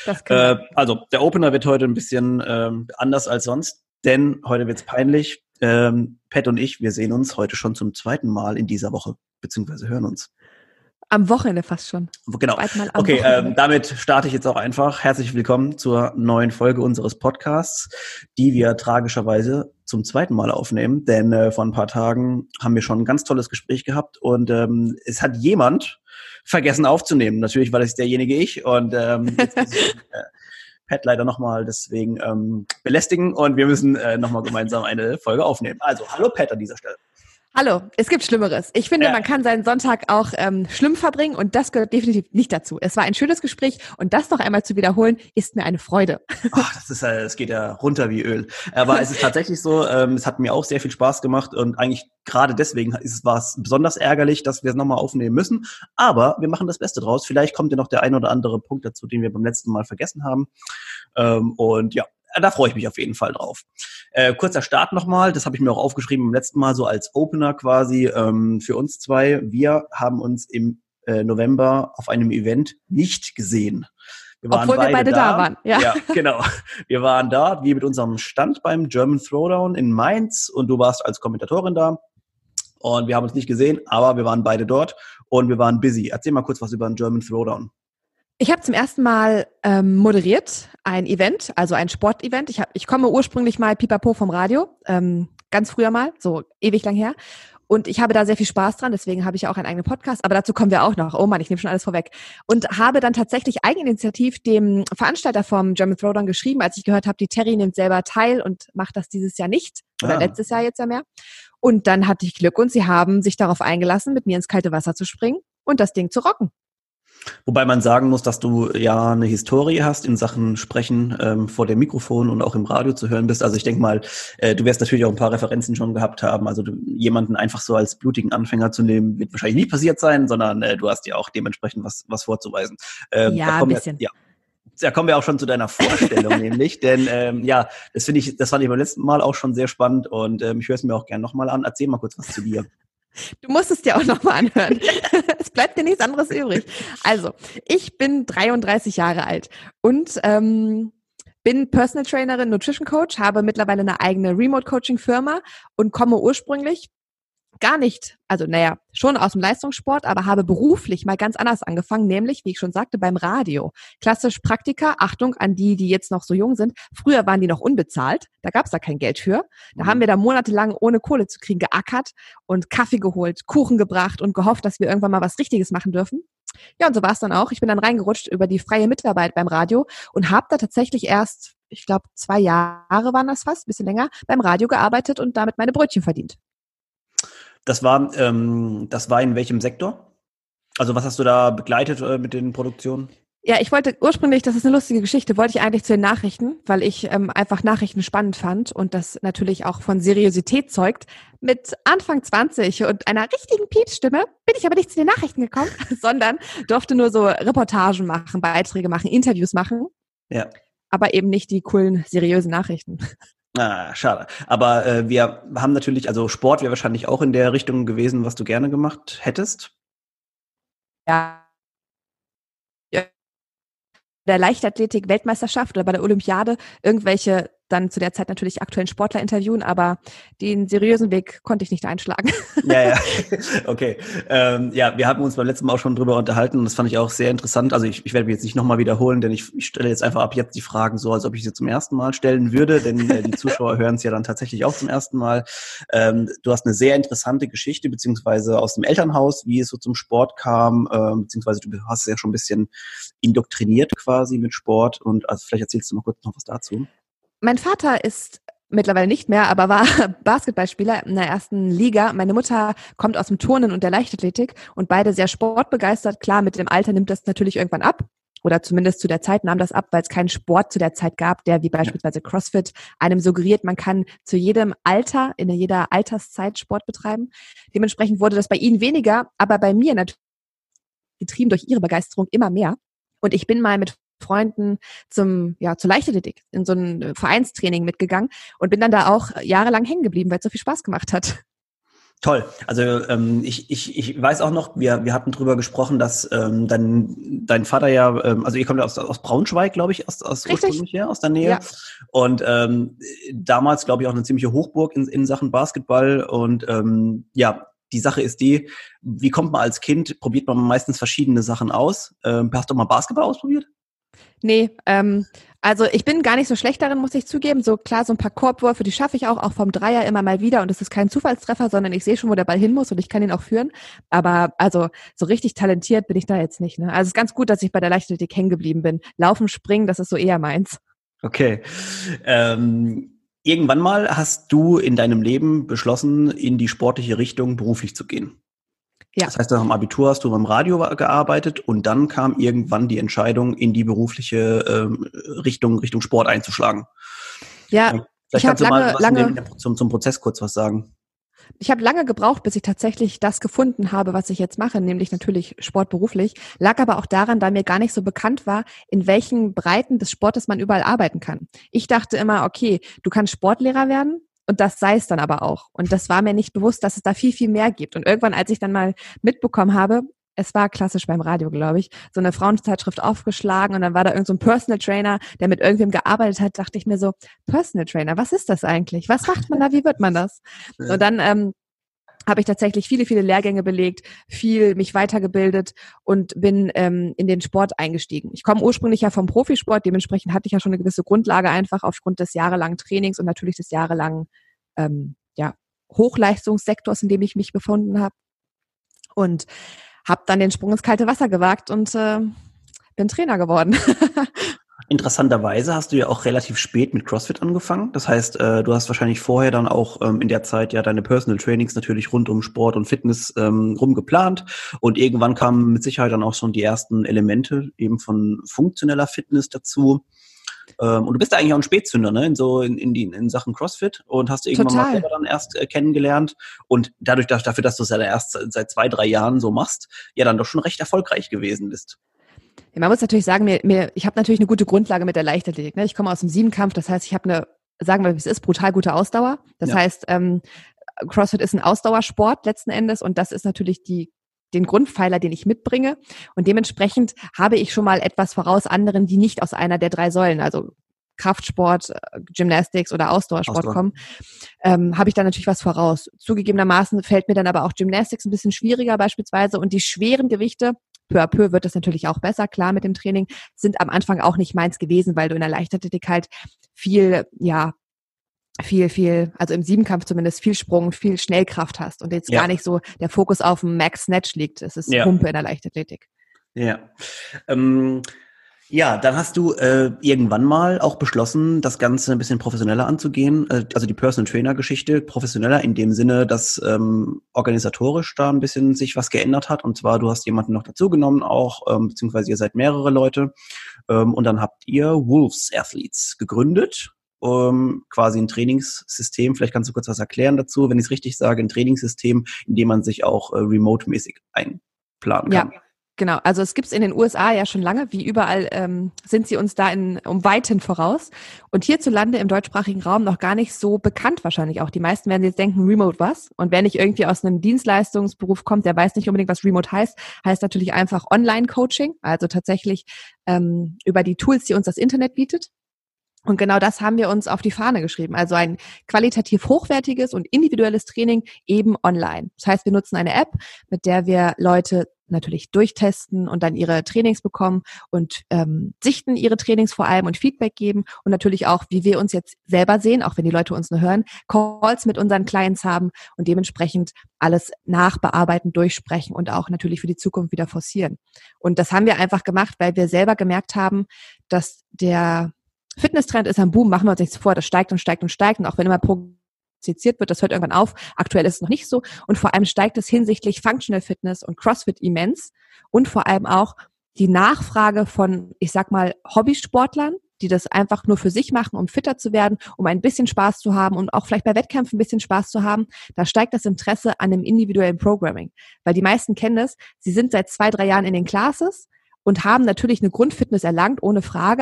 Das kann Also, der Opener wird heute ein bisschen anders als sonst, denn heute wird's peinlich. Pat und ich, wir sehen uns heute schon zum zweiten Mal in dieser Woche, beziehungsweise hören uns. am Wochenende fast schon. Genau. Zweimal am Okay, Wochenende. damit starte ich jetzt auch einfach. Herzlich willkommen zur neuen Folge unseres Podcasts, die wir tragischerweise zum zweiten Mal aufnehmen, denn vor ein paar Tagen haben wir schon ein ganz tolles Gespräch gehabt und es hat jemand vergessen aufzunehmen. Natürlich war das derjenige ich und jetzt muss ich Pat leider nochmal deswegen belästigen und wir müssen nochmal gemeinsam eine Folge aufnehmen. Also, hallo Pat an dieser Stelle. Hallo, es gibt Schlimmeres. Ich finde, man kann seinen Sonntag auch schlimm verbringen und das gehört definitiv nicht dazu. Es war ein schönes Gespräch und das noch einmal zu wiederholen, ist mir eine Freude. Ach, es geht ja runter wie Öl. Aber es ist tatsächlich so, es hat mir auch sehr viel Spaß gemacht und eigentlich gerade deswegen war es besonders ärgerlich, dass wir es nochmal aufnehmen müssen. Aber wir machen das Beste draus. Vielleicht kommt ja noch der ein oder andere Punkt dazu, den wir beim letzten Mal vergessen haben. Und ja, da freue ich mich auf jeden Fall drauf. Kurzer Start nochmal, das habe ich mir auch aufgeschrieben beim letzten Mal, so als Opener quasi für uns zwei. Wir haben uns im November auf einem Event nicht gesehen. Obwohl wir beide da waren. Ja, genau. Wir waren da, wie mit unserem Stand beim German Throwdown in Mainz und du warst als Kommentatorin da. Und wir haben uns nicht gesehen, aber wir waren beide dort und wir waren busy. Erzähl mal kurz was über den German Throwdown. Ich habe zum ersten Mal moderiert ein Event, also ein Sportevent. Ich komme ursprünglich mal pipapo vom Radio, ganz früher mal, so ewig lang her. Und ich habe da sehr viel Spaß dran, deswegen habe ich auch einen eigenen Podcast, aber dazu kommen wir auch noch. Oh Mann, ich nehme schon alles vorweg. Und habe dann tatsächlich eigeninitiativ dem Veranstalter vom German Throwdown geschrieben, als ich gehört habe, die Terry nimmt selber teil und macht das dieses Jahr nicht. Oder letztes Jahr jetzt ja mehr. Und dann hatte ich Glück und sie haben sich darauf eingelassen, mit mir ins kalte Wasser zu springen und das Ding zu rocken. Wobei man sagen muss, dass du ja eine Historie hast in Sachen Sprechen vor dem Mikrofon und auch im Radio zu hören bist. Also ich denke mal, du wirst natürlich auch ein paar Referenzen schon gehabt haben. Also jemanden einfach so als blutigen Anfänger zu nehmen, wird wahrscheinlich nicht passiert sein, sondern du hast ja auch dementsprechend was vorzuweisen. Ja, ein bisschen. Da kommen wir auch schon zu deiner Vorstellung nämlich, denn das fand ich beim letzten Mal auch schon sehr spannend und ich höre es mir auch gerne nochmal an. Erzähl mal kurz was zu dir. Du musst es dir auch nochmal anhören. Es bleibt dir nichts anderes übrig. Also, ich bin 33 Jahre alt und bin Personal Trainerin, Nutrition Coach, habe mittlerweile eine eigene Remote-Coaching-Firma und komme ursprünglich gar nicht, also schon aus dem Leistungssport, aber habe beruflich mal ganz anders angefangen, nämlich, wie ich schon sagte, beim Radio. Klassisch Praktika, Achtung an die jetzt noch so jung sind. Früher waren die noch unbezahlt, da gab es da kein Geld für. Da haben wir da monatelang ohne Kohle zu kriegen geackert und Kaffee geholt, Kuchen gebracht und gehofft, dass wir irgendwann mal was Richtiges machen dürfen. Ja, und so war es dann auch. Ich bin dann reingerutscht über die freie Mitarbeit beim Radio und habe da tatsächlich erst, ich glaube 2 Jahre waren das fast, ein bisschen länger, beim Radio gearbeitet und damit meine Brötchen verdient. Das war in welchem Sektor? Also was hast du da begleitet mit den Produktionen? Ja, ich wollte ursprünglich, das ist eine lustige Geschichte, wollte ich eigentlich zu den Nachrichten, weil ich einfach Nachrichten spannend fand und das natürlich auch von Seriosität zeugt. Mit Anfang 20 und einer richtigen Piepsstimme bin ich aber nicht zu den Nachrichten gekommen, sondern durfte nur so Reportagen machen, Beiträge machen, Interviews machen. Ja. Aber eben nicht die coolen, seriösen Nachrichten. Ah, schade. Aber wir haben natürlich, also Sport wäre wahrscheinlich auch in der Richtung gewesen, was du gerne gemacht hättest. Ja. Der Leichtathletik-Weltmeisterschaft oder bei der Olympiade irgendwelche dann zu der Zeit natürlich aktuellen Sportler interviewen, aber den seriösen Weg konnte ich nicht einschlagen. Ja, okay. Wir haben uns beim letzten Mal auch schon drüber unterhalten und das fand ich auch sehr interessant. Also ich werde mich jetzt nicht nochmal wiederholen, denn ich stelle jetzt einfach ab jetzt die Fragen so, als ob ich sie zum ersten Mal stellen würde, denn die Zuschauer hören es ja dann tatsächlich auch zum ersten Mal. Du hast eine sehr interessante Geschichte, beziehungsweise aus dem Elternhaus, wie es so zum Sport kam, beziehungsweise du hast es ja schon ein bisschen indoktriniert quasi mit Sport und also vielleicht erzählst du mal kurz noch was dazu. Mein Vater ist mittlerweile nicht mehr, aber war Basketballspieler in der ersten Liga. Meine Mutter kommt aus dem Turnen und der Leichtathletik und beide sehr sportbegeistert. Klar, mit dem Alter nimmt das natürlich irgendwann ab. Oder zumindest zu der Zeit nahm das ab, weil es keinen Sport zu der Zeit gab, der wie beispielsweise CrossFit einem suggeriert, man kann zu jedem Alter, in jeder Alterszeit Sport betreiben. Dementsprechend wurde das bei ihnen weniger, aber bei mir natürlich getrieben durch ihre Begeisterung immer mehr. Und ich bin mal mit Freunden zur Leichtathletik in so ein Vereinstraining mitgegangen und bin dann da auch jahrelang hängen geblieben, weil es so viel Spaß gemacht hat. Toll. Also ich weiß auch noch, wir hatten drüber gesprochen, dass dein Vater ja, also ihr kommt ja aus Braunschweig, glaube ich, aus Richtig? ursprünglich her, aus der Nähe. Ja. Und damals, glaube ich, auch eine ziemliche Hochburg in Sachen Basketball. Und ja, die Sache ist die, wie kommt man als Kind, probiert man meistens verschiedene Sachen aus. Hast du mal Basketball ausprobiert? Nee, also ich bin gar nicht so schlecht darin, muss ich zugeben. So klar, so ein paar Korbwürfe, die schaffe ich auch vom Dreier immer mal wieder. Und es ist kein Zufallstreffer, sondern ich sehe schon, wo der Ball hin muss und ich kann ihn auch führen. Aber also so richtig talentiert bin ich da jetzt nicht. Ne? Also es ist ganz gut, dass ich bei der Leichtathletik hängen geblieben bin. Laufen, springen, das ist so eher meins. Okay. Irgendwann mal hast du in deinem Leben beschlossen, in die sportliche Richtung beruflich zu gehen. Ja. Das heißt, nach dem Abitur hast du beim Radio gearbeitet und dann kam irgendwann die Entscheidung, in die berufliche Richtung Sport einzuschlagen. Ja, Vielleicht ich kannst habe du mal was lange zum Prozess kurz was sagen. Ich habe lange gebraucht, bis ich tatsächlich das gefunden habe, was ich jetzt mache, nämlich natürlich sportberuflich. Lag aber auch daran, da mir gar nicht so bekannt war, in welchen Breiten des Sportes man überall arbeiten kann. Ich dachte immer, okay, du kannst Sportlehrer werden und das sei es dann aber auch. Und das war mir nicht bewusst, dass es da viel, viel mehr gibt. Und irgendwann, als ich dann mal mitbekommen habe, es war klassisch beim Radio, glaube ich, so eine Frauenzeitschrift aufgeschlagen und dann war da irgend so ein Personal Trainer, der mit irgendwem gearbeitet hat, dachte ich mir so, Personal Trainer, was ist das eigentlich? Was macht man da? Wie wird man das? Und dann habe ich tatsächlich viele, viele Lehrgänge belegt, viel mich weitergebildet und bin in den Sport eingestiegen. Ich komme ursprünglich ja vom Profisport, dementsprechend hatte ich ja schon eine gewisse Grundlage einfach aufgrund des jahrelangen Trainings und natürlich des jahrelangen Hochleistungssektors, in dem ich mich befunden habe. Und habe dann den Sprung ins kalte Wasser gewagt und bin Trainer geworden. Interessanterweise hast du ja auch relativ spät mit CrossFit angefangen. Das heißt, du hast wahrscheinlich vorher dann auch in der Zeit ja deine Personal Trainings natürlich rund um Sport und Fitness rumgeplant. Und irgendwann kamen mit Sicherheit dann auch schon die ersten Elemente eben von funktioneller Fitness dazu. Und du bist ja eigentlich auch ein Spätzünder, ne? In Sachen CrossFit und hast irgendwann mal selber dann erst kennengelernt und dafür, dass du es ja erst seit 2-3 Jahren so machst, ja dann doch schon recht erfolgreich gewesen bist. Ja, man muss natürlich sagen, ich habe natürlich eine gute Grundlage mit der Leichtathletik. Ne? Ich komme aus dem Siebenkampf, das heißt, ich habe eine, sagen wir, wie es ist, brutal gute Ausdauer. Das heißt, CrossFit ist ein Ausdauersport letzten Endes und das ist natürlich den Grundpfeiler, den ich mitbringe. Und dementsprechend habe ich schon mal etwas voraus anderen, die nicht aus einer der 3 Säulen, also Kraftsport, Gymnastics oder Ausdauersport kommen, habe ich da natürlich was voraus. Zugegebenermaßen fällt mir dann aber auch Gymnastics ein bisschen schwieriger beispielsweise und die schweren Gewichte, peu à peu wird das natürlich auch besser, klar mit dem Training, sind am Anfang auch nicht meins gewesen, weil du in der Leichtathletik halt viel, also im Siebenkampf zumindest viel Sprung, viel Schnellkraft hast und jetzt gar nicht so der Fokus auf dem Max Snatch liegt. Es ist Pumpe in der Leichtathletik. Ja. Ja, dann hast du irgendwann mal auch beschlossen, das Ganze ein bisschen professioneller anzugehen, also die Personal Trainer Geschichte professioneller in dem Sinne, dass organisatorisch da ein bisschen sich was geändert hat. Und zwar, du hast jemanden noch dazugenommen auch, beziehungsweise ihr seid mehrere Leute. Und dann habt ihr Wolves Athletes gegründet, quasi ein Trainingssystem. Vielleicht kannst du kurz was erklären dazu, wenn ich es richtig sage, ein Trainingssystem, in dem man sich auch remote-mäßig einplanen kann. Ja. Genau, also es gibt's in den USA ja schon lange, wie überall sind sie uns da um Weiten voraus. Und hierzulande im deutschsprachigen Raum noch gar nicht so bekannt wahrscheinlich auch. Die meisten werden jetzt denken, Remote was? Und wer nicht irgendwie aus einem Dienstleistungsberuf kommt, der weiß nicht unbedingt, was Remote heißt. Heißt natürlich einfach Online-Coaching, also tatsächlich über die Tools, die uns das Internet bietet. Und genau das haben wir uns auf die Fahne geschrieben. Also ein qualitativ hochwertiges und individuelles Training eben online. Das heißt, wir nutzen eine App, mit der wir Leute natürlich durchtesten und dann ihre Trainings bekommen und sichten ihre Trainings vor allem und Feedback geben und natürlich auch, wie wir uns jetzt selber sehen, auch wenn die Leute uns nur hören, Calls mit unseren Clients haben und dementsprechend alles nachbearbeiten, durchsprechen und auch natürlich für die Zukunft wieder forcieren. Und das haben wir einfach gemacht, weil wir selber gemerkt haben, dass der Fitnesstrend ist am Boom, machen wir uns nichts vor, das steigt und steigt und steigt und auch wenn immer prognostiziert wird, das hört irgendwann auf, aktuell ist es noch nicht so und vor allem steigt es hinsichtlich Functional Fitness und CrossFit immens und vor allem auch die Nachfrage von, ich sag mal, Hobbysportlern, die das einfach nur für sich machen, um fitter zu werden, um ein bisschen Spaß zu haben und auch vielleicht bei Wettkämpfen ein bisschen Spaß zu haben, da steigt das Interesse an dem individuellen Programming, weil die meisten kennen es, sie sind seit 2-3 Jahren in den Classes und haben natürlich eine Grundfitness erlangt, ohne Frage, aber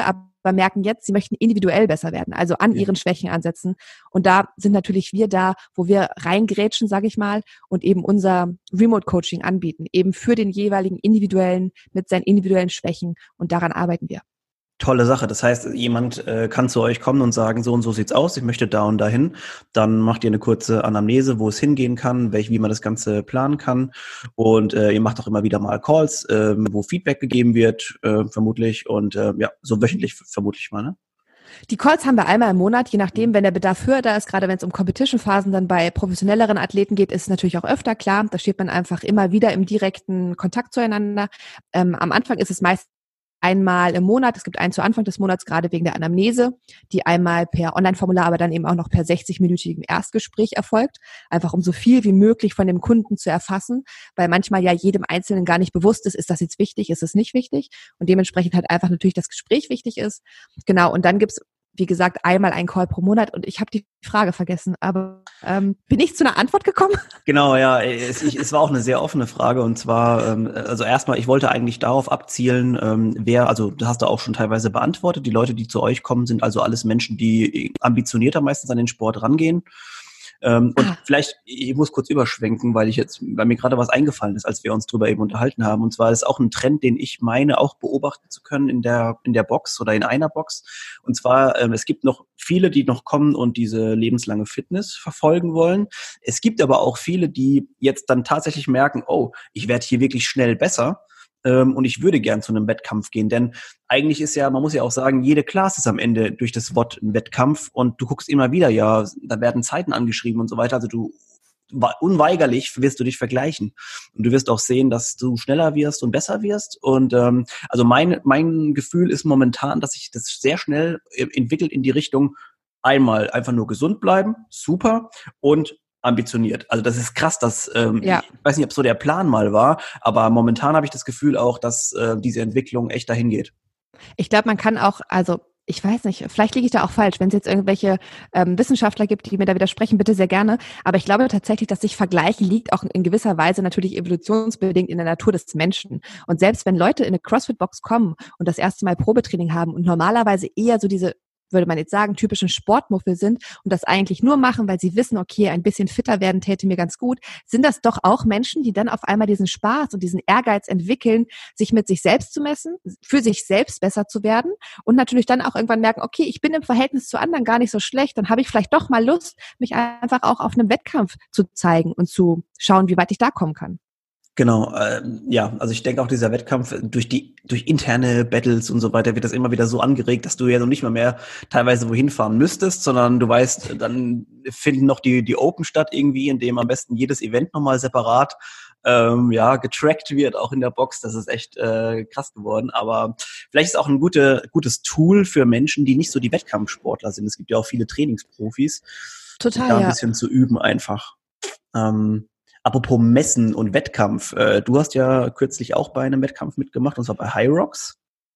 merken jetzt, sie möchten individuell besser werden, also an ihren Schwächen ansetzen. Und da sind natürlich wir da, wo wir reingrätschen, sage ich mal, und eben unser Remote-Coaching anbieten, eben für den jeweiligen individuellen, mit seinen individuellen Schwächen. Und daran arbeiten wir. Tolle Sache. Das heißt, jemand kann zu euch kommen und sagen, so und so sieht's aus, ich möchte da und dahin. Dann macht ihr eine kurze Anamnese, wo es hingehen kann, wie man das Ganze planen kann. Und ihr macht auch immer wieder mal Calls, wo Feedback gegeben wird, vermutlich. Und so wöchentlich vermutlich mal, ne? Die Calls haben wir einmal im Monat, je nachdem, wenn der Bedarf höher da ist, gerade wenn es um Competition-Phasen dann bei professionelleren Athleten geht, ist es natürlich auch öfter klar. Da steht man einfach immer wieder im direkten Kontakt zueinander. Am Anfang ist es meist einmal im Monat. Es gibt einen zu Anfang des Monats, gerade wegen der Anamnese, die einmal per Online-Formular, aber dann eben auch noch per 60-minütigem Erstgespräch erfolgt. Einfach um so viel wie möglich von dem Kunden zu erfassen, weil manchmal ja jedem Einzelnen gar nicht bewusst ist das jetzt wichtig, ist es nicht wichtig? Und dementsprechend halt einfach natürlich das Gespräch wichtig ist. Genau, und dann gibt's wie gesagt, einmal ein Call pro Monat und ich habe die Frage vergessen, aber bin ich zu einer Antwort gekommen? Genau, ja, es war auch eine sehr offene Frage und zwar, also erstmal, ich wollte eigentlich darauf abzielen, also das hast du auch schon teilweise beantwortet, die Leute, die zu euch kommen, sind also alles Menschen, die ambitionierter meistens an den Sport rangehen. Und vielleicht, ich muss kurz überschwenken, weil mir gerade was eingefallen ist, als wir uns drüber eben unterhalten haben. Und zwar ist auch ein Trend, den ich meine, auch beobachten zu können in der Box oder in einer Box. Und zwar, es gibt noch viele, die noch kommen und diese lebenslange Fitness verfolgen wollen. Es gibt aber auch viele, die jetzt dann tatsächlich merken, oh, ich werde hier wirklich schnell besser. Und ich würde gern zu einem Wettkampf gehen, denn eigentlich ist ja, man muss ja auch sagen, jede Class ist am Ende durch das Wort ein Wettkampf und du guckst immer wieder, ja, da werden Zeiten angeschrieben und so weiter, also unweigerlich wirst du dich vergleichen und du wirst auch sehen, dass du schneller wirst und besser wirst und also mein Gefühl ist momentan, dass sich das sehr schnell entwickelt in die Richtung, einmal einfach nur gesund bleiben, super, und ambitioniert. Also das ist krass, dass ich weiß nicht, ob so der Plan mal war, aber momentan habe ich das Gefühl auch, dass diese Entwicklung echt dahin geht. Ich glaube, man kann auch, also ich weiß nicht, vielleicht liege ich da auch falsch, wenn es jetzt irgendwelche Wissenschaftler gibt, die mir da widersprechen, bitte sehr gerne. Aber ich glaube tatsächlich, dass sich Vergleichen liegt auch in gewisser Weise natürlich evolutionsbedingt in der Natur des Menschen. Und selbst wenn Leute in eine CrossFit-Box kommen und das erste Mal Probetraining haben und normalerweise eher so diese, würde man jetzt sagen, typischen Sportmuffel sind und das eigentlich nur machen, weil sie wissen, okay, ein bisschen fitter werden täte mir ganz gut, sind das doch auch Menschen, die dann auf einmal diesen Spaß und diesen Ehrgeiz entwickeln, sich mit sich selbst zu messen, für sich selbst besser zu werden und natürlich dann auch irgendwann merken, okay, ich bin im Verhältnis zu anderen gar nicht so schlecht, dann habe ich vielleicht doch mal Lust, mich einfach auch auf einem Wettkampf zu zeigen und zu schauen, wie weit ich da kommen kann. Genau, also ich denke auch dieser Wettkampf durch interne Battles und so weiter wird das immer wieder so angeregt, dass du ja noch nicht mal mehr teilweise wohin fahren müsstest, sondern du weißt, dann finden noch die Open statt irgendwie, in dem am besten jedes Event nochmal separat getrackt wird, auch in der Box. Das ist echt krass geworden, aber vielleicht ist auch ein gutes Tool für Menschen, die nicht so die Wettkampfsportler sind. Es gibt ja auch viele Trainingsprofis, Total, da ein bisschen zu üben einfach. Apropos Messen und Wettkampf, du hast ja kürzlich auch bei einem Wettkampf mitgemacht, und zwar bei High Rocks.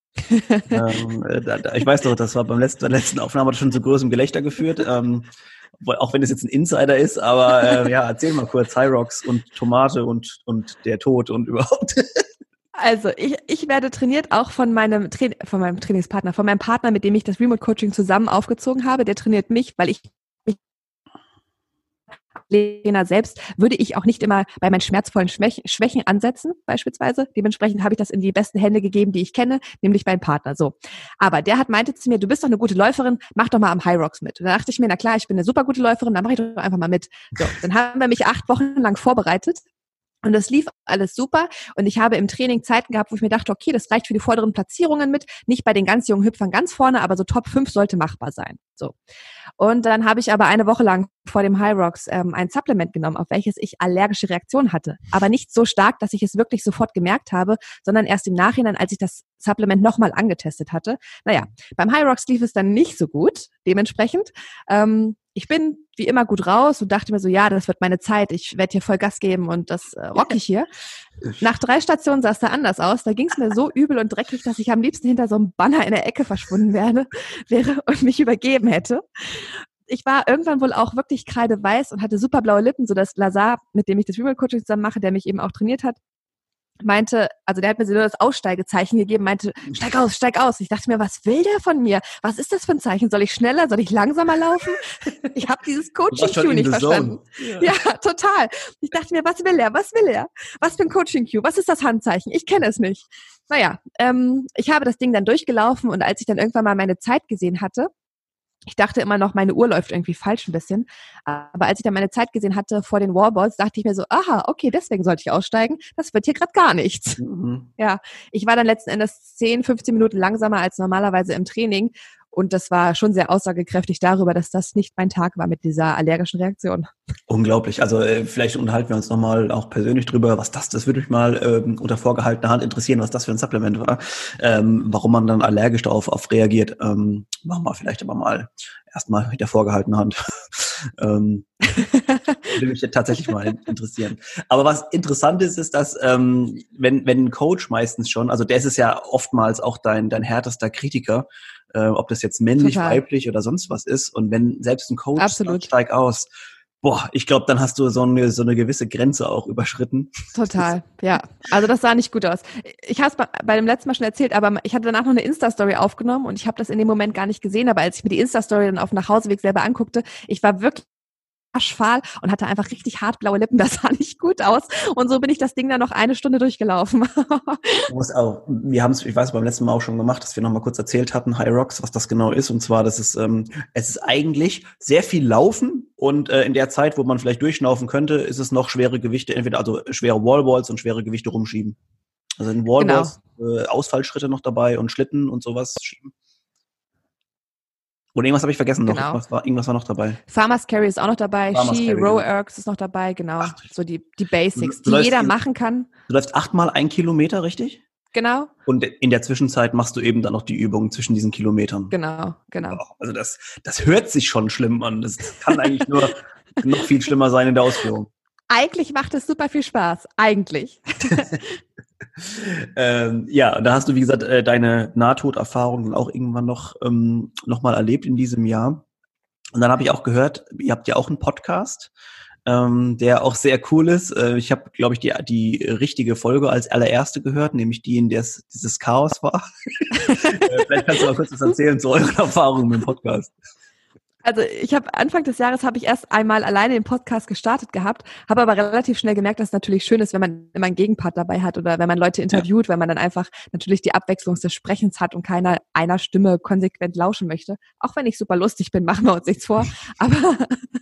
Ich weiß noch, das war bei der letzten Aufnahme, hat schon zu großem Gelächter geführt, auch wenn es jetzt ein Insider ist, aber erzähl mal kurz, High Rocks und Tomate und der Tod und überhaupt. Also ich werde trainiert auch von meinem Trainingspartner, von meinem Partner, mit dem ich das Remote Coaching zusammen aufgezogen habe. Der trainiert mich, weil ich selbst würde ich auch nicht immer bei meinen schmerzvollen Schwächen ansetzen, beispielsweise. Dementsprechend habe ich das in die besten Hände gegeben, die ich kenne, nämlich meinen Partner. So. Aber der meinte zu mir, du bist doch eine gute Läuferin, mach doch mal am High Rocks mit. Und dann dachte ich mir, na klar, ich bin eine super gute Läuferin, dann mache ich doch einfach mal mit. So, dann haben wir mich 8 Wochen lang vorbereitet. Und das lief alles super und ich habe im Training Zeiten gehabt, wo ich mir dachte, okay, das reicht für die vorderen Platzierungen mit, nicht bei den ganz jungen Hüpfern ganz vorne, aber so Top 5 sollte machbar sein. So. Und dann habe ich aber eine Woche lang vor dem High Rocks ein Supplement genommen, auf welches ich allergische Reaktionen hatte. Aber nicht so stark, dass ich es wirklich sofort gemerkt habe, sondern erst im Nachhinein, als ich das Supplement nochmal angetestet hatte. Naja, beim High Rocks lief es dann nicht so gut, dementsprechend. Ich bin wie immer gut raus und dachte mir so, ja, das wird meine Zeit, ich werde hier voll Gas geben und das rock ich hier. Nach 3 Stationen sah es da anders aus. Da ging es mir so übel und dreckig, dass ich am liebsten hinter so einem Banner in der Ecke verschwunden wäre und mich übergeben hätte. Ich war irgendwann wohl auch wirklich kreideweiß und hatte super blaue Lippen, sodass Lazar, mit dem ich das Remote Coaching zusammen mache, der mich eben auch trainiert hat, meinte, also der hat mir so nur das Aussteigezeichen gegeben, meinte, steig aus, steig aus. Ich dachte mir, was will der von mir? Was ist das für ein Zeichen? Soll ich schneller, soll ich langsamer laufen? Ich habe dieses Coaching-Cue nicht verstanden. Ja, total. Ich dachte mir, was will er? Was will er? Was für ein Coaching-Cue? Was ist das Handzeichen? Ich kenne es nicht. Naja, ich habe das Ding dann durchgelaufen und als ich dann irgendwann mal meine Zeit gesehen hatte, ich dachte immer noch, meine Uhr läuft irgendwie falsch ein bisschen. Aber als ich dann meine Zeit gesehen hatte vor den Wallballs, dachte ich mir so, aha, okay, deswegen sollte ich aussteigen. Das wird hier gerade gar nichts. Mhm. Ja, ich war dann letzten Endes 10, 15 Minuten langsamer als normalerweise im Training. Und das war schon sehr aussagekräftig darüber, dass das nicht mein Tag war mit dieser allergischen Reaktion. Unglaublich. Also vielleicht unterhalten wir uns nochmal auch persönlich drüber, das würde mich mal unter vorgehaltener Hand interessieren, was das für ein Supplement war, warum man dann allergisch darauf reagiert. Machen wir vielleicht aber mal erstmal mit der vorgehaltenen Hand. Würde mich tatsächlich mal interessieren. Aber was interessant ist, dass wenn ein Coach meistens schon, also der ist es ja oftmals auch dein härtester Kritiker, ob das jetzt männlich, total, weiblich oder sonst was ist. Und wenn selbst ein Coach sagt, steig aus, ich glaube, dann hast du so eine gewisse Grenze auch überschritten. Total, ja. Also das sah nicht gut aus. Ich habe es bei dem letzten Mal schon erzählt, aber ich hatte danach noch eine Insta-Story aufgenommen und ich habe das in dem Moment gar nicht gesehen. Aber als ich mir die Insta-Story dann auf dem Nachhauseweg selber anguckte, ich war wirklich aschfahl und hatte einfach richtig hart blaue Lippen. Das sah nicht gut aus. Und so bin ich das Ding dann noch 1 Stunde durchgelaufen. Wir haben es, ich weiß, beim letzten Mal auch schon gemacht, dass wir noch mal kurz erzählt hatten, High Rocks, was das genau ist. Und zwar, es ist eigentlich sehr viel Laufen und in der Zeit, wo man vielleicht durchschnaufen könnte, ist es noch schwere Gewichte, entweder also schwere Wallballs und schwere Gewichte rumschieben. Also in Wallballs Ausfallschritte noch dabei und Schlitten und sowas schieben. Und irgendwas habe ich vergessen noch. Genau. Irgendwas war noch dabei. Farmer's Carry ist auch noch dabei. Ski, Row Ergs ist noch dabei, genau. Ach, so die Basics, die jeder machen kann. Du läufst 8-mal 1 Kilometer, richtig? Genau. Und in der Zwischenzeit machst du eben dann noch die Übungen zwischen diesen Kilometern. Genau. Also das hört sich schon schlimm an. Das kann eigentlich nur noch viel schlimmer sein in der Ausführung. Eigentlich macht es super viel Spaß. Eigentlich. Ja, da hast du, wie gesagt, deine Nahtoderfahrung dann auch irgendwann noch mal erlebt in diesem Jahr. Und dann habe ich auch gehört, ihr habt ja auch einen Podcast, der auch sehr cool ist. Ich habe, glaube ich, die richtige Folge als allererste gehört, nämlich die, in der dieses Chaos war. Vielleicht kannst du mal kurz was erzählen zu euren Erfahrungen mit dem Podcast. Also Anfang des Jahres habe ich erst einmal alleine den Podcast gestartet gehabt, habe aber relativ schnell gemerkt, dass es natürlich schön ist, wenn man immer einen Gegenpart dabei hat oder wenn man Leute interviewt, weil man dann einfach natürlich die Abwechslung des Sprechens hat und keiner einer Stimme konsequent lauschen möchte. Auch wenn ich super lustig bin, machen wir uns nichts vor. Aber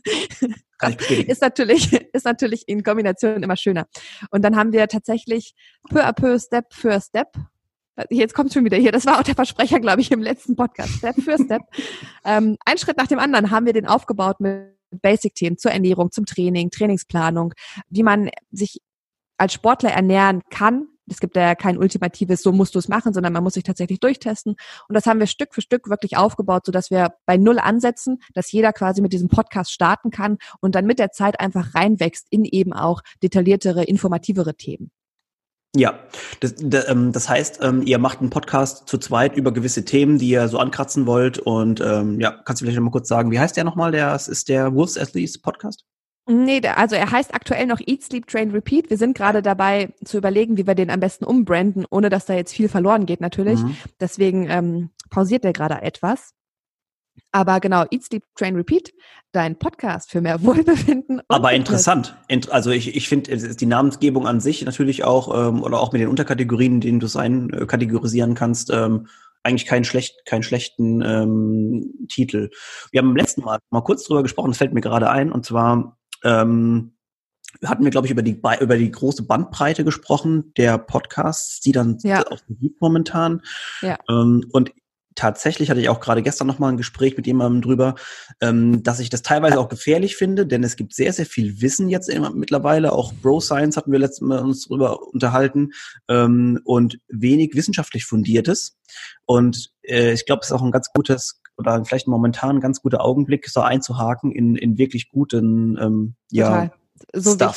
ist natürlich in Kombination immer schöner. Und dann haben wir tatsächlich peu à peu, Step für Step, jetzt kommt schon wieder hier, das war auch der Versprecher, glaube ich, im letzten Podcast, Step für Step. Ein Schritt nach dem anderen haben wir den aufgebaut mit Basic-Themen zur Ernährung, zum Training, Trainingsplanung, wie man sich als Sportler ernähren kann. Es gibt ja kein ultimatives, so musst du es machen, sondern man muss sich tatsächlich durchtesten. Und das haben wir Stück für Stück wirklich aufgebaut, sodass wir bei 0 ansetzen, dass jeder quasi mit diesem Podcast starten kann und dann mit der Zeit einfach reinwächst in eben auch detailliertere, informativere Themen. Ja, das heißt, ihr macht einen Podcast zu zweit über gewisse Themen, die ihr so ankratzen wollt. Und kannst du vielleicht noch mal kurz sagen, wie heißt der nochmal? Ist der Wolves Athletes Podcast? Nee, also er heißt aktuell noch Eat, Sleep, Train, Repeat. Wir sind gerade dabei zu überlegen, wie wir den am besten umbranden, ohne dass da jetzt viel verloren geht natürlich. Mhm. Deswegen pausiert der gerade etwas. Aber genau, Eat, Sleep, Train, Repeat, dein Podcast für mehr Wohlbefinden. Aber interessant. Also ich finde die Namensgebung an sich natürlich auch, oder auch mit den Unterkategorien, denen du es kategorisieren kannst, eigentlich keinen schlechten Titel. Wir haben beim letzten Mal kurz drüber gesprochen, das fällt mir gerade ein, und zwar hatten wir, glaube ich, über die große Bandbreite gesprochen, der Podcasts, die dann auch gibt momentan. Ja. Und tatsächlich hatte ich auch gerade gestern noch mal ein Gespräch mit jemandem drüber, dass ich das teilweise auch gefährlich finde, denn es gibt sehr, sehr viel Wissen jetzt mittlerweile. Auch Bro Science hatten wir letztes Mal uns drüber unterhalten, und wenig wissenschaftlich fundiertes. Und ich glaube, es ist auch ein ganz gutes oder vielleicht momentan ein ganz guter Augenblick, so einzuhaken in wirklich guten Total. So Stuff. Wichtig.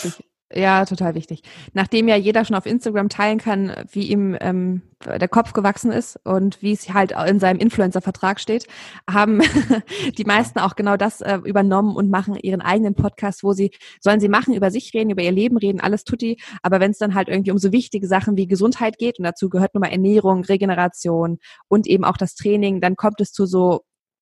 Ja, total wichtig. Nachdem ja jeder schon auf Instagram teilen kann, wie ihm der Kopf gewachsen ist und wie es halt in seinem Influencer-Vertrag steht, haben die meisten auch genau das übernommen und machen ihren eigenen Podcast, sollen sie machen, über sich reden, über ihr Leben reden, alles tutti. Aber wenn es dann halt irgendwie um so wichtige Sachen wie Gesundheit geht, und dazu gehört nun mal Ernährung, Regeneration und eben auch das Training, dann kommt es zu so,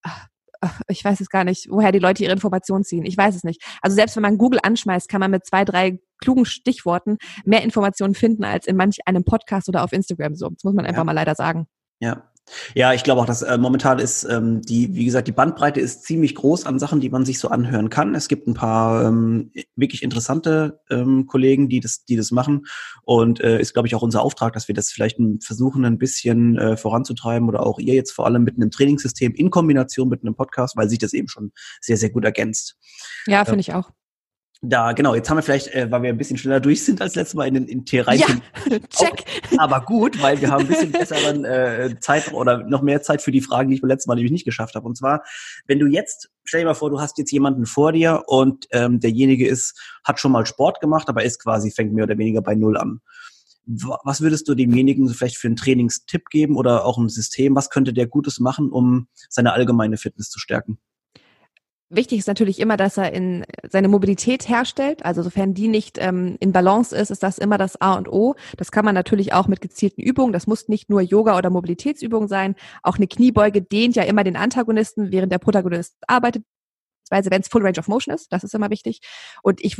ich weiß es gar nicht, woher die Leute ihre Informationen ziehen. Ich weiß es nicht. Also selbst wenn man Google anschmeißt, kann man mit 2, 3 klugen Stichworten mehr Informationen finden als in manch einem Podcast oder auf Instagram so. Das muss man einfach mal leider sagen. Ja. Ja, ich glaube auch, dass momentan ist wie gesagt, die Bandbreite ist ziemlich groß an Sachen, die man sich so anhören kann. Es gibt ein paar wirklich interessante Kollegen, die das machen, und ist, glaube ich, auch unser Auftrag, dass wir das vielleicht versuchen, ein bisschen voranzutreiben, oder auch ihr jetzt vor allem mit einem Trainingssystem in Kombination mit einem Podcast, weil sich das eben schon sehr, sehr gut ergänzt. Ja, finde ich auch. Genau, jetzt haben wir vielleicht, weil wir ein bisschen schneller durch sind als letztes Mal in T3. Ja, check. Aber gut, weil wir haben ein bisschen besseren Zeit oder noch mehr Zeit für die Fragen, die ich beim letzten Mal nämlich nicht geschafft habe. Und zwar, wenn du jetzt, stell dir mal vor, du hast jetzt jemanden vor dir und derjenige hat schon mal Sport gemacht, aber fängt mehr oder weniger bei Null an. Was würdest du demjenigen vielleicht für einen Trainingstipp geben oder auch ein System? Was könnte der Gutes machen, um seine allgemeine Fitness zu stärken? Wichtig ist natürlich immer, dass er seine Mobilität herstellt. Also sofern die nicht in Balance ist das immer das A und O. Das kann man natürlich auch mit gezielten Übungen. Das muss nicht nur Yoga oder Mobilitätsübungen sein. Auch eine Kniebeuge dehnt ja immer den Antagonisten, während der Protagonist arbeitet. Wenn es Full Range of Motion ist, das ist immer wichtig. Und ich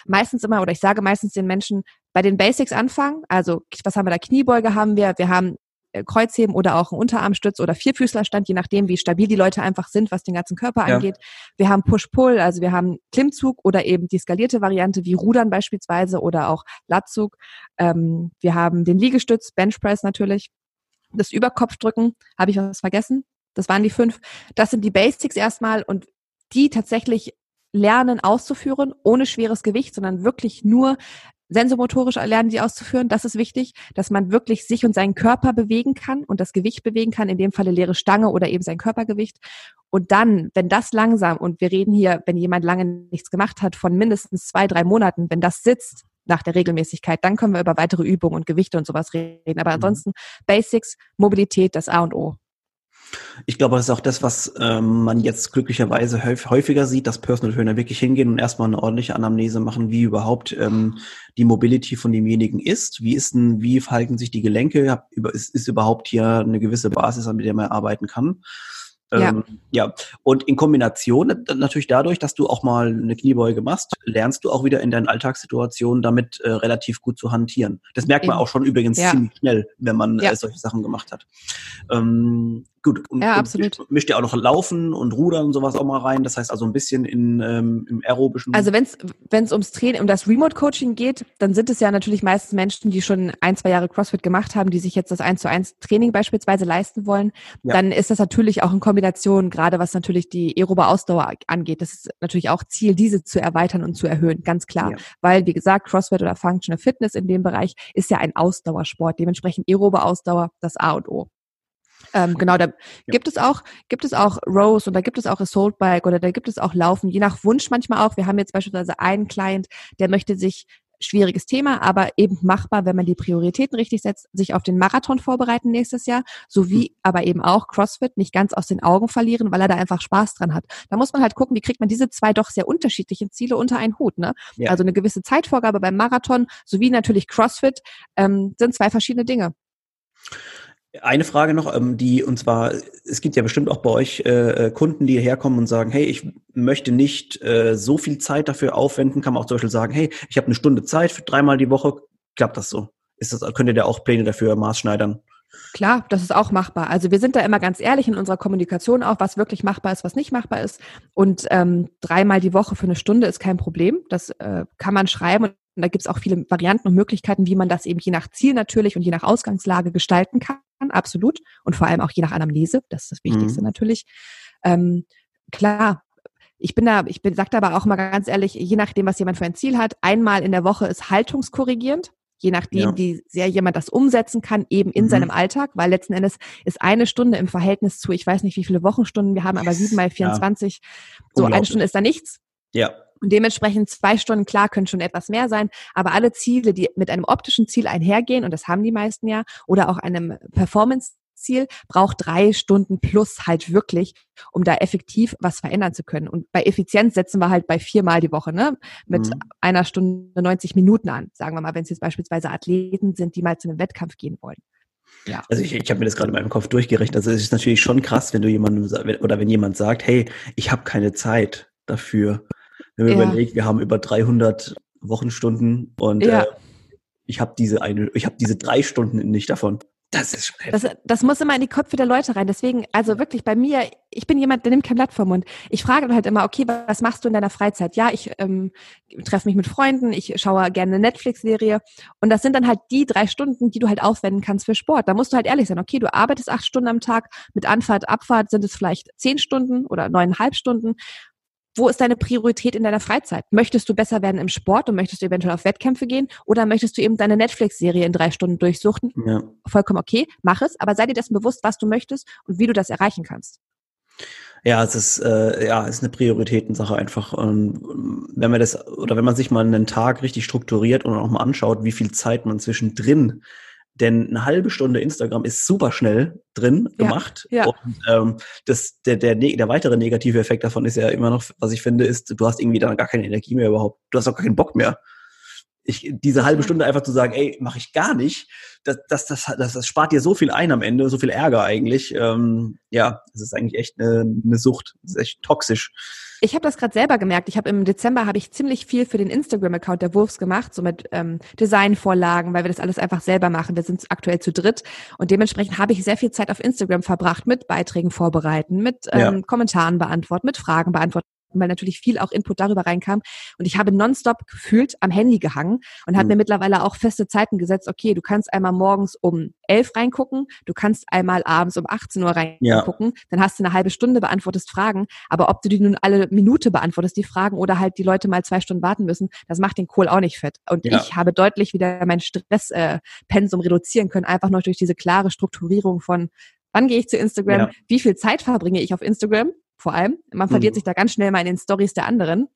sage meistens den Menschen, bei den Basics anfangen. Also was haben wir da? Kniebeuge haben wir haben Kreuzheben oder auch einen Unterarmstütz oder Vierfüßlerstand, je nachdem, wie stabil die Leute einfach sind, was den ganzen Körper angeht. Wir haben Push-Pull, also wir haben Klimmzug oder eben die skalierte Variante wie Rudern beispielsweise oder auch Latzug. Wir haben den Liegestütz, Benchpress natürlich, das Überkopfdrücken. Habe ich was vergessen? Das waren die 5. Das sind die Basics erstmal, und die tatsächlich lernen auszuführen, ohne schweres Gewicht, sondern wirklich nur sensomotorisch lernen, die auszuführen. Das ist wichtig, dass man wirklich sich und seinen Körper bewegen kann und das Gewicht bewegen kann, in dem Falle leere Stange oder eben sein Körpergewicht. Und dann, wenn das langsam, und wir reden hier, wenn jemand lange nichts gemacht hat, von mindestens 2, 3 Monaten, wenn das sitzt nach der Regelmäßigkeit, dann können wir über weitere Übungen und Gewichte und sowas reden. Aber ansonsten Basics, Mobilität, das A und O. Ich glaube, das ist auch das, was man jetzt glücklicherweise häufiger sieht, dass Personal Trainer wirklich hingehen und erstmal eine ordentliche Anamnese machen, wie überhaupt die Mobility von demjenigen ist. Wie verhalten sich die Gelenke? Ist überhaupt hier eine gewisse Basis, mit der man arbeiten kann? Ja. Und in Kombination natürlich dadurch, dass du auch mal eine Kniebeuge machst, lernst du auch wieder in deinen Alltagssituationen damit relativ gut zu hantieren. Das merkt man auch schon übrigens ziemlich schnell, wenn man solche Sachen gemacht hat. Gut, absolut. Und mischt ja auch noch Laufen und Rudern und sowas auch mal rein. Das heißt also ein bisschen im aerobischen. Also wenn es ums Training, um das Remote-Coaching geht, dann sind es ja natürlich meistens Menschen, die schon 1, 2 Jahre CrossFit gemacht haben, die sich jetzt das 1:1 Training beispielsweise leisten wollen. Ja. Dann ist das natürlich auch in Kombination, gerade was natürlich die aerobe Ausdauer angeht. Das ist natürlich auch Ziel, diese zu erweitern und zu erhöhen, ganz klar. Ja. Weil, wie gesagt, CrossFit oder Functional Fitness in dem Bereich ist ja ein Ausdauersport. Dementsprechend aerobe Ausdauer das A und O. Genau, da gibt es auch Rows und da gibt es auch Assault Bike oder da gibt es auch Laufen, je nach Wunsch manchmal auch. Wir haben jetzt beispielsweise einen Client, der möchte sich, schwieriges Thema, aber eben machbar, wenn man die Prioritäten richtig setzt, sich auf den Marathon vorbereiten nächstes Jahr, sowie aber eben auch CrossFit nicht ganz aus den Augen verlieren, weil er da einfach Spaß dran hat. Da muss man halt gucken, wie kriegt man diese 2 doch sehr unterschiedlichen Ziele unter einen Hut, ne? Ja. Also eine gewisse Zeitvorgabe beim Marathon sowie natürlich CrossFit sind 2 verschiedene Dinge. Eine Frage noch, und zwar, es gibt ja bestimmt auch bei euch Kunden, die herkommen und sagen, hey, ich möchte nicht so viel Zeit dafür aufwenden, kann man auch zum Beispiel sagen, hey, ich habe eine Stunde Zeit für 3-mal die Woche, klappt das so? Könnt ihr da auch Pläne dafür maßschneidern? Klar, das ist auch machbar. Also wir sind da immer ganz ehrlich in unserer Kommunikation auch, was wirklich machbar ist, was nicht machbar ist. Und 3-mal die Woche für eine Stunde ist kein Problem. Das kann man schreiben. Und da gibt es auch viele Varianten und Möglichkeiten, wie man das eben je nach Ziel natürlich und je nach Ausgangslage gestalten kann. Absolut. Und vor allem auch je nach Anamnese. Das ist das Wichtigste natürlich. Klar. Sag aber auch mal ganz ehrlich, je nachdem, was jemand für ein Ziel hat, 1-mal in der Woche ist haltungskorrigierend. Je nachdem, wie sehr jemand das umsetzen kann, eben in seinem Alltag, weil letzten Endes ist 1 Stunde im Verhältnis zu, ich weiß nicht, wie viele Wochenstunden wir haben, aber 7 mal 24, so 1 Stunde ist da nichts. Ja. Und dementsprechend 2 Stunden, klar, können schon etwas mehr sein, aber alle Ziele, die mit einem optischen Ziel einhergehen, und das haben die meisten ja, oder auch einem Performance-Ziel, braucht 3 Stunden plus halt wirklich, um da effektiv was verändern zu können. Und bei Effizienz setzen wir halt bei 4-mal die Woche, ne, mit 1 Stunde 90 Minuten an, sagen wir mal, wenn es jetzt beispielsweise Athleten sind, die mal zu einem Wettkampf gehen wollen. Ja. Also ich habe mir das gerade in meinem Kopf durchgerechnet. Also es ist natürlich schon krass, wenn du wenn jemand sagt, hey, ich habe keine Zeit dafür. Wenn man überlegt, wir haben über 300 Wochenstunden und ich habe diese 3 Stunden nicht davon. Das ist schon heftig. Das muss immer in die Köpfe der Leute rein. Deswegen, also wirklich bei mir, ich bin jemand, der nimmt kein Blatt vom Mund. Ich frage dann halt immer, okay, was machst du in deiner Freizeit? Ja, ich treffe mich mit Freunden, ich schaue gerne eine Netflix-Serie und das sind dann halt die 3 Stunden, die du halt aufwenden kannst für Sport. Da musst du halt ehrlich sein, okay, du arbeitest 8 Stunden am Tag, mit Anfahrt, Abfahrt sind es vielleicht 10 Stunden oder 9,5 Stunden. Wo ist deine Priorität in deiner Freizeit? Möchtest du besser werden im Sport und möchtest du eventuell auf Wettkämpfe gehen oder möchtest du eben deine Netflix-Serie in 3 Stunden durchsuchten? Ja. Vollkommen okay, mach es, aber sei dir dessen bewusst, was du möchtest und wie du das erreichen kannst. Ja, es ist eine Prioritätensache einfach. Und wenn man sich mal einen Tag richtig strukturiert und auch mal anschaut, wie viel Zeit man zwischendrin, denn eine halbe Stunde Instagram ist super schnell drin gemacht. Ja. Und der weitere negative Effekt davon ist ja immer noch, was ich finde, ist, du hast irgendwie dann gar keine Energie mehr überhaupt. Du hast auch gar keinen Bock mehr. Diese halbe Stunde einfach zu sagen, ey, mache ich gar nicht, das spart dir so viel ein am Ende, so viel Ärger eigentlich. Es ist eigentlich echt eine Sucht. Das ist echt toxisch. Ich habe das gerade selber gemerkt. Im Dezember habe ich ziemlich viel für den Instagram-Account der Wurfs gemacht, so mit Designvorlagen, weil wir das alles einfach selber machen. Wir sind aktuell zu dritt und dementsprechend habe ich sehr viel Zeit auf Instagram verbracht mit Beiträgen vorbereiten, mit Kommentaren beantworten, mit Fragen beantworten, weil natürlich viel auch Input darüber reinkam. Und ich habe nonstop gefühlt am Handy gehangen und habe mir mittlerweile auch feste Zeiten gesetzt. Okay, du kannst einmal morgens um 11 reingucken, du kannst einmal abends um 18 Uhr reingucken, dann hast du eine halbe Stunde, beantwortest Fragen. Aber ob du die nun alle Minute beantwortest, die Fragen, oder halt die Leute mal 2 Stunden warten müssen, das macht den Kohl auch nicht fett. Und ich habe deutlich wieder mein Stresspensum reduzieren können, einfach nur durch diese klare Strukturierung von, wann gehe ich zu Instagram, wie viel Zeit verbringe ich auf Instagram, vor allem. Man verliert sich da ganz schnell mal in den Stories der anderen.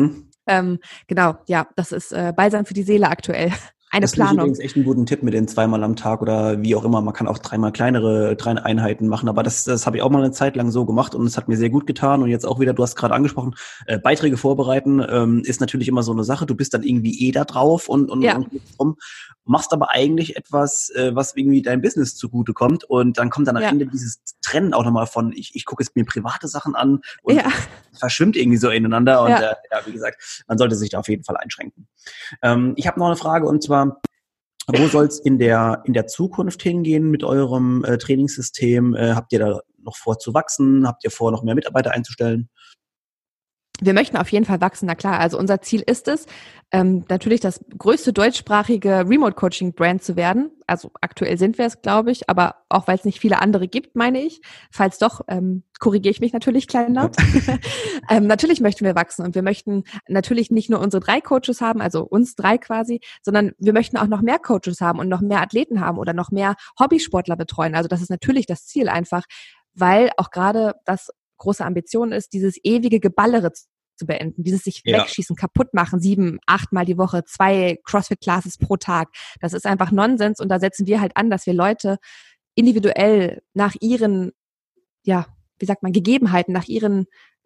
Genau, ja, das ist Balsam für die Seele aktuell. Das finde ich übrigens echt einen guten Tipp mit den 2-mal am Tag oder wie auch immer. Man kann auch 3 kleinere Einheiten machen, aber das habe ich auch mal eine Zeit lang so gemacht und es hat mir sehr gut getan. Und jetzt auch wieder, du hast gerade angesprochen, Beiträge vorbereiten ist natürlich immer so eine Sache. Du bist dann irgendwie da drauf und machst aber eigentlich etwas, was irgendwie deinem Business zugutekommt, und dann kommt dann am Ende dieses Trennen auch nochmal von, ich gucke jetzt mir private Sachen an und verschwimmt irgendwie so ineinander und wie gesagt, man sollte sich da auf jeden Fall einschränken. Ich habe noch eine Frage, und zwar, wo soll es in der Zukunft hingehen mit eurem Trainingssystem? Habt ihr da noch vor zu wachsen? Habt ihr vor, noch mehr Mitarbeiter einzustellen? Wir möchten auf jeden Fall wachsen, na klar. Also unser Ziel ist es, natürlich das größte deutschsprachige Remote-Coaching-Brand zu werden. Also aktuell sind wir es, glaube ich, aber auch weil es nicht viele andere gibt, meine ich. Falls doch, korrigiere ich mich natürlich kleinlaut. Natürlich möchten wir wachsen und wir möchten natürlich nicht nur unsere 3 Coaches haben, also uns 3 quasi, sondern wir möchten auch noch mehr Coaches haben und noch mehr Athleten haben oder noch mehr Hobbysportler betreuen. Also das ist natürlich das Ziel einfach, weil auch gerade das große Ambition ist, dieses ewige Geballere zu beenden, dieses sich wegschießen, kaputt machen, 7-8 Mal die Woche, 2 CrossFit-Classes pro Tag. Das ist einfach Nonsens und da setzen wir halt an, dass wir Leute individuell nach ihren, Gegebenheiten, nach ihren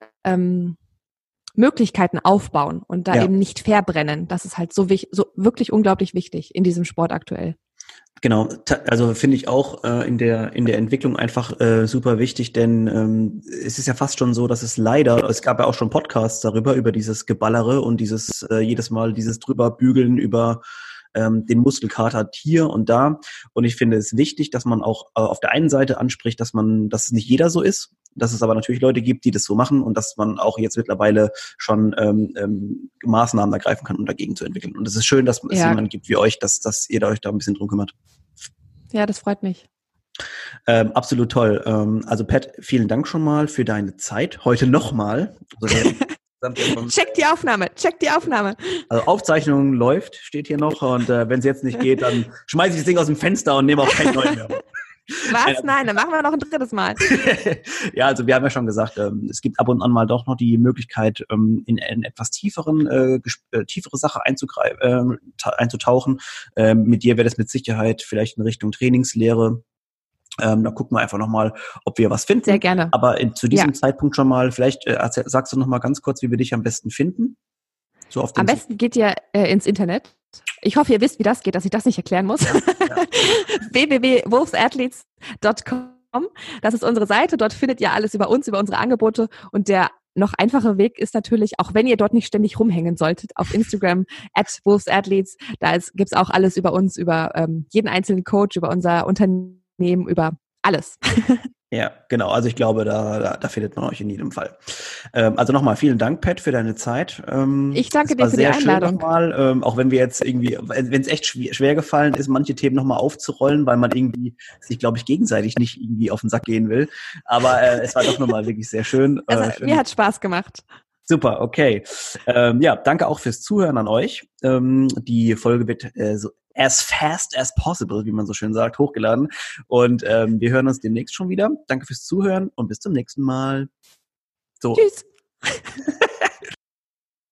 Möglichkeiten aufbauen und da eben nicht verbrennen. Das ist halt so wirklich unglaublich wichtig in diesem Sport aktuell. Genau, also finde ich auch in der Entwicklung einfach super wichtig, denn es ist ja fast schon so, dass es gab ja auch schon Podcasts darüber, über dieses Geballere und dieses jedes Mal dieses drüberbügeln über den Muskelkater hier und da. Und ich finde es wichtig, dass man auch auf der einen Seite anspricht, dass es nicht jeder so ist, dass es aber natürlich Leute gibt, die das so machen und dass man auch jetzt mittlerweile schon Maßnahmen ergreifen kann, um dagegen zu entwickeln. Und es ist schön, dass es jemanden gibt wie euch, dass ihr euch da ein bisschen drum kümmert. Ja, das freut mich. Absolut toll. Also Pat, vielen Dank schon mal für deine Zeit. Heute nochmal. Check die Aufnahme. Also Aufzeichnung läuft, steht hier noch. Und wenn es jetzt nicht geht, dann schmeiße ich das Ding aus dem Fenster und nehme auch keinen neuen mehr. Was? Nein, dann machen wir noch ein drittes Mal. Ja, also wir haben ja schon gesagt, es gibt ab und an mal doch noch die Möglichkeit, in etwas tiefere Sache einzutauchen. Mit dir wäre das mit Sicherheit vielleicht in Richtung Trainingslehre. Da gucken wir einfach nochmal, ob wir was finden. Sehr gerne. Aber zu diesem Zeitpunkt schon mal, vielleicht sagst du nochmal ganz kurz, wie wir dich am besten finden. So auf Am besten geht ihr ins Internet. Ich hoffe, ihr wisst, wie das geht, dass ich das nicht erklären muss. Ja. www.wolfsathletes.com. Das ist unsere Seite. Dort findet ihr alles über uns, über unsere Angebote. Und der noch einfache Weg ist natürlich, auch wenn ihr dort nicht ständig rumhängen solltet, auf Instagram @wolfsathletes. Da gibt's auch alles über uns, über jeden einzelnen Coach, über unser Unternehmen, über alles. Ja, genau. Also ich glaube, da findet man euch in jedem Fall. Also nochmal vielen Dank, Pat, für deine Zeit. Ich danke dir für die Einladung. Nochmal, auch wenn wir jetzt irgendwie, wenn es echt schwer gefallen ist, manche Themen nochmal aufzurollen, weil man irgendwie sich, glaube ich, gegenseitig nicht irgendwie auf den Sack gehen will. Aber es war doch nochmal wirklich sehr schön. Also, mir hat Spaß gemacht. Super, okay. Ja, danke auch fürs Zuhören an euch. Die Folge wird so as fast as possible, wie man so schön sagt, hochgeladen. Und wir hören uns demnächst schon wieder. Danke fürs Zuhören und bis zum nächsten Mal. So. Tschüss.